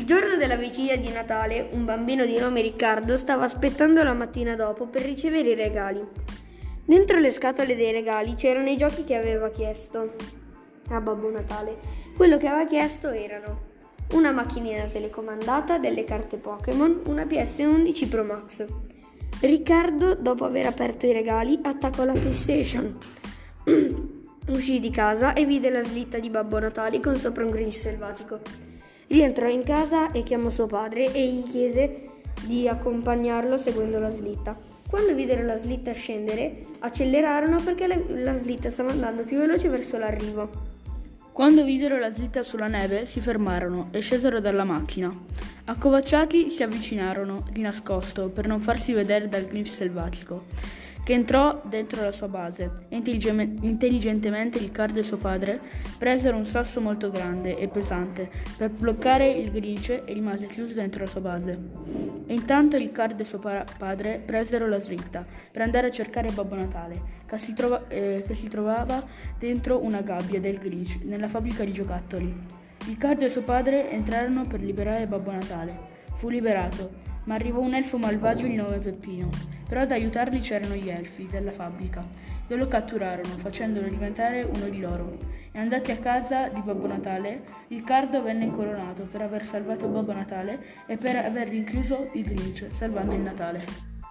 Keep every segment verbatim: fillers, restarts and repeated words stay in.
Il giorno della vigilia di Natale, un bambino di nome Riccardo stava aspettando la mattina dopo per ricevere i regali. Dentro le scatole dei regali c'erano i giochi che aveva chiesto a Babbo Natale. Quello che aveva chiesto erano una macchinina telecomandata, delle carte Pokémon, una P S undici Pro Max. Riccardo, dopo aver aperto i regali, attaccò la PlayStation. Uscì di casa e vide la slitta di Babbo Natale con sopra un Grinch selvatico. Rientrò in casa e chiamò suo padre e gli chiese di accompagnarlo seguendo la slitta. Quando videro la slitta scendere, accelerarono perché la, la slitta stava andando più veloce verso l'arrivo. Quando videro la slitta sulla neve, si fermarono e scesero dalla macchina. Accovacciati si avvicinarono di nascosto per non farsi vedere dal Grinch selvatico, che entrò dentro la sua base e intelligentemente Riccardo e suo padre presero un sasso molto grande e pesante per bloccare il Grinch e rimase chiuso dentro la sua base. E intanto Riccardo e suo pa- padre presero la slitta per andare a cercare Babbo Natale, che si, trova- eh, che si trovava dentro una gabbia del Grinch nella fabbrica di giocattoli. Riccardo e suo padre entrarono per liberare Babbo Natale. Fu liberato, ma arrivò un elfo malvagio di nome Peppino. Però ad aiutarli c'erano gli elfi della fabbrica, che lo catturarono facendolo diventare uno di loro. E andati a casa di Babbo Natale, Riccardo venne incoronato per aver salvato Babbo Natale e per aver rinchiuso il Grinch, salvando il Natale.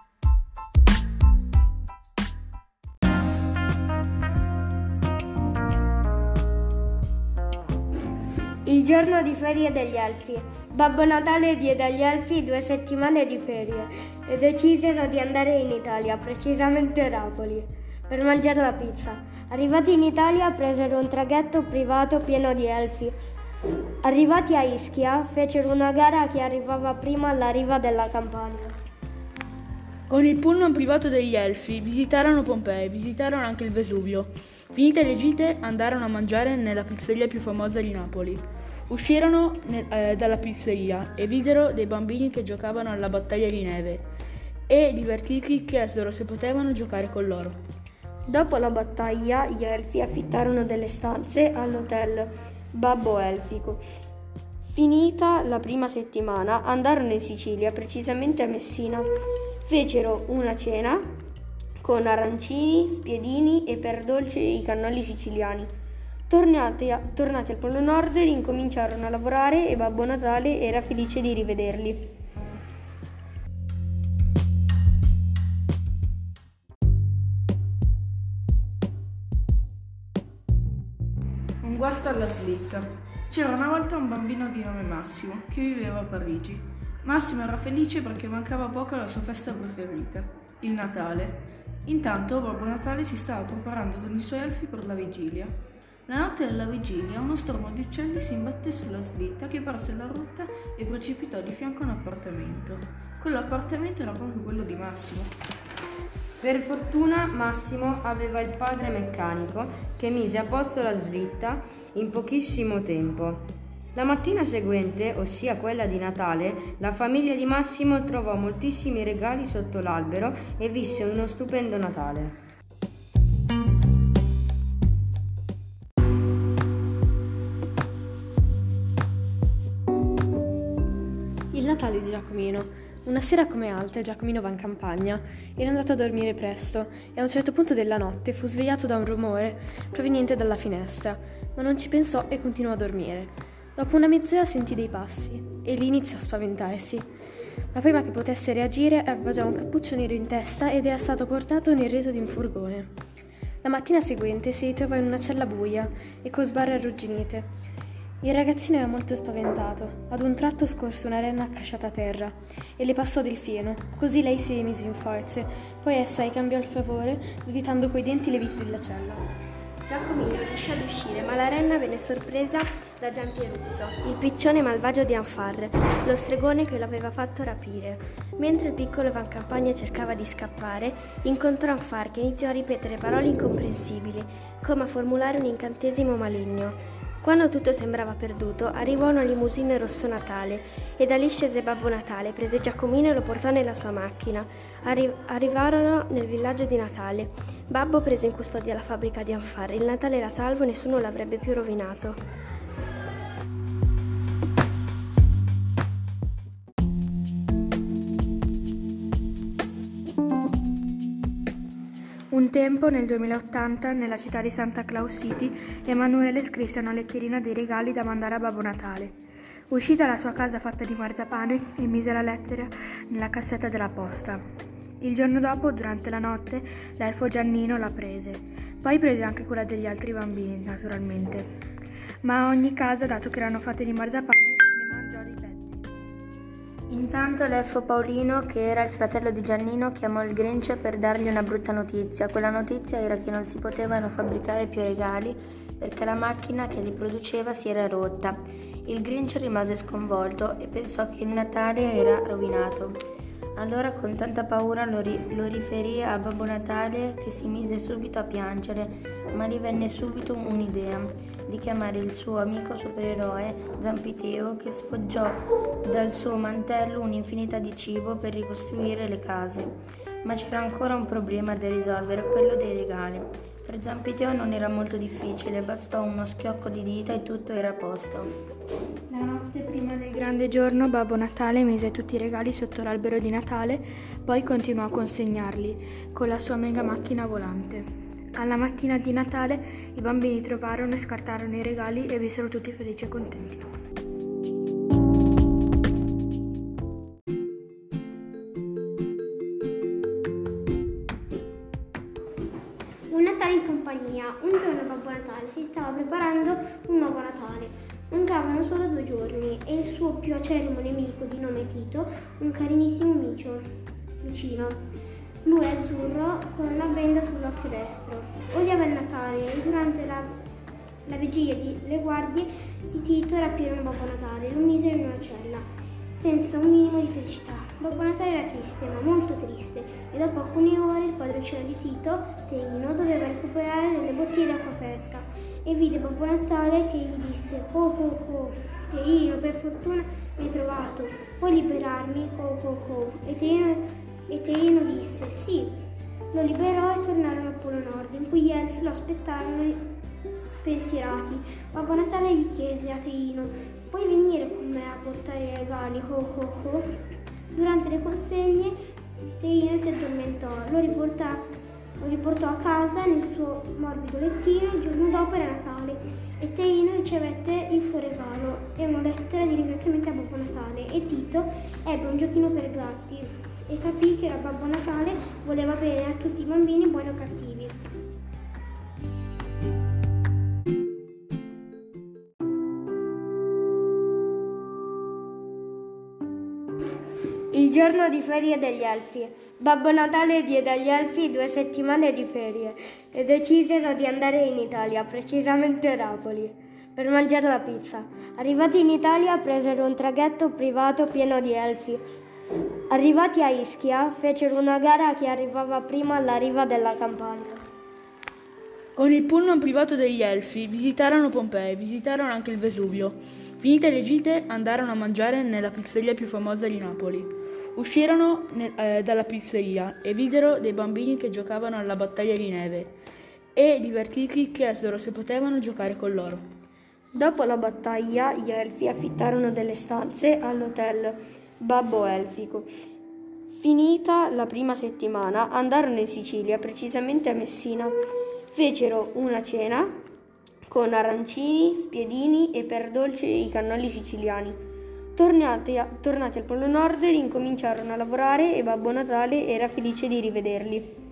Il giorno di ferie degli elfi. Babbo Natale diede agli elfi due settimane di ferie e decisero di andare in Italia, precisamente a Napoli, per mangiare la pizza. Arrivati in Italia presero un traghetto privato pieno di elfi. Arrivati a Ischia fecero una gara a chi arrivava prima alla riva della Campania. Con il pullman privato degli elfi visitarono Pompei, visitarono anche il Vesuvio. Finite le gite andarono a mangiare nella pizzeria più famosa di Napoli. Uscirono ne- eh, dalla pizzeria e videro dei bambini che giocavano alla battaglia di neve e, divertiti, chiesero se potevano giocare con loro. Dopo la battaglia, gli elfi affittarono delle stanze all'hotel Babbo Elfico. Finita la prima settimana, andarono in Sicilia, precisamente a Messina. Fecero una cena con arancini, spiedini e per dolce i cannoli siciliani. Tornati, a, tornati al Polo Nord, ricominciarono a lavorare e Babbo Natale era felice di rivederli. Un guasto alla slitta. C'era una volta un bambino di nome Massimo che viveva a Parigi. Massimo era felice perché mancava poco alla sua festa preferita, il Natale. Intanto Babbo Natale si stava preparando con i suoi elfi per la vigilia. La notte della vigilia uno stormo di uccelli si imbatté sulla slitta che perse la rotta e precipitò di fianco a un appartamento. Quell'appartamento era proprio quello di Massimo. Per fortuna Massimo aveva il padre meccanico che mise a posto la slitta in pochissimo tempo. La mattina seguente, ossia quella di Natale, la famiglia di Massimo trovò moltissimi regali sotto l'albero e visse uno stupendo Natale. Il Natale di Giacomino. Una sera come altre Giacomino va in campagna, era andato a dormire presto e a un certo punto della notte fu svegliato da un rumore proveniente dalla finestra, ma non ci pensò e continuò a dormire. Dopo una mezz'ora sentì dei passi e lì iniziò a spaventarsi, ma prima che potesse reagire aveva già un cappuccio nero in testa ed era stato portato nel retro di un furgone. La mattina seguente si ritrovò in una cella buia e con sbarre arrugginite. Il ragazzino era molto spaventato. Ad un tratto scorse una renna accasciata a terra e le passò del fieno, così lei si rimise in forze, poi essa ricambiò il favore, svitando coi denti le viti della cella. Giacomino riuscì ad uscire, ma la renna venne sorpresa da Giampieruccio, il piccione malvagio di Anfar, lo stregone che l'aveva fatto rapire. Mentre il piccolo Vancampagna cercava di scappare, incontrò Anfar che iniziò a ripetere parole incomprensibili, come a formulare un incantesimo maligno. Quando tutto sembrava perduto, arrivò una limousine rosso Natale e da lì scese Babbo Natale, prese Giacomino e lo portò nella sua macchina. Arri- arrivarono nel villaggio di Natale. Babbo prese in custodia la fabbrica di Anfar. Il Natale era salvo, nessuno l'avrebbe più rovinato. tempo, nel duemilaottanta, nella città di Santa Claus City, Emanuele scrisse una letterina dei regali da mandare a Babbo Natale. Uscì dalla sua casa fatta di marzapane e mise la lettera nella cassetta della posta. Il giorno dopo, durante la notte, l'elfo Giannino la prese. Poi prese anche quella degli altri bambini, naturalmente. Ma a ogni casa, dato che erano fatte di marzapane, ne mangiò dei pezzi. Intanto l'elfo Paolino, che era il fratello di Giannino, chiamò il Grinch per dargli una brutta notizia. Quella notizia era che non si potevano fabbricare più regali perché la macchina che li produceva si era rotta. Il Grinch rimase sconvolto e pensò che il Natale era rovinato. Allora, con tanta paura, lo, ri- lo riferì a Babbo Natale, che si mise subito a piangere, ma gli venne subito un'idea di chiamare il suo amico supereroe Zampiteo, che sfoggiò dal suo mantello un'infinità di cibo per ricostruire le case. Ma c'era ancora un problema da risolvere, quello dei regali. Per Zampiteo non era molto difficile, bastò uno schiocco di dita e tutto era a posto. La notte prima del grande giorno, Babbo Natale mise tutti i regali sotto l'albero di Natale, poi continuò a consegnarli con la sua mega macchina volante. Alla mattina di Natale i bambini trovarono e scartarono i regali e vissero tutti felici e contenti. Un Natale in compagnia. Un giorno Babbo Natale si stava preparando un nuovo Natale. Mancavano solo due giorni e il suo più acerrimo nemico di nome Tito, un carinissimo micio, vicino. Lui è azzurro con una benda sull'occhio destro. Odiava il Natale e durante la, la vigilia di, le guardie di Tito rapirono Babbo Natale e lo misero in una cella, senza un minimo di felicità. Babbo Natale era triste, ma molto triste, e dopo alcune ore il padroncino di Tito, Teino, doveva recuperare delle bottiglie d'acqua fresca e vide Babbo Natale che gli disse: "Oh oh oh, Teino, per fortuna mi hai trovato, puoi liberarmi? Oh oh oh." E Teino, e Teino disse: "Sì." Lo liberò e tornarono al Polo Nord, in cui gli elfi lo aspettarono spensierati. Babbo Natale gli chiese a Teino: "Puoi venire con me a portare i regali? Oh oh oh." Durante le consegne Teino si addormentò, lo riportò, lo riportò a casa nel suo morbido lettino. Il giorno dopo era Natale e Teino ricevette il suo regalo e una lettera di ringraziamento a Babbo Natale, e Tito ebbe un giochino per gatti e capì che Babbo Natale voleva bene a tutti i bambini, buoni o cattivi. Il giorno di ferie degli elfi. Babbo Natale diede agli elfi due settimane di ferie e decisero di andare in Italia, precisamente a Napoli, per mangiare la pizza. Arrivati in Italia presero un traghetto privato pieno di elfi. Arrivati a Ischia fecero una gara a chi arrivava prima alla riva della Campania. Con il pullman privato degli elfi visitarono Pompei, visitarono anche il Vesuvio. Finite le gite andarono a mangiare nella pizzeria più famosa di Napoli. Uscirono ne- eh, dalla pizzeria e videro dei bambini che giocavano alla battaglia di neve e, divertiti, chiesero se potevano giocare con loro. Dopo la battaglia, gli elfi affittarono delle stanze all'hotel Babbo Elfico. Finita la prima settimana, andarono in Sicilia, precisamente a Messina. Fecero una cena con arancini, spiedini e per dolce i cannoli siciliani. Tornati, a, tornati al Polo Nord, incominciarono a lavorare e Babbo Natale era felice di rivederli.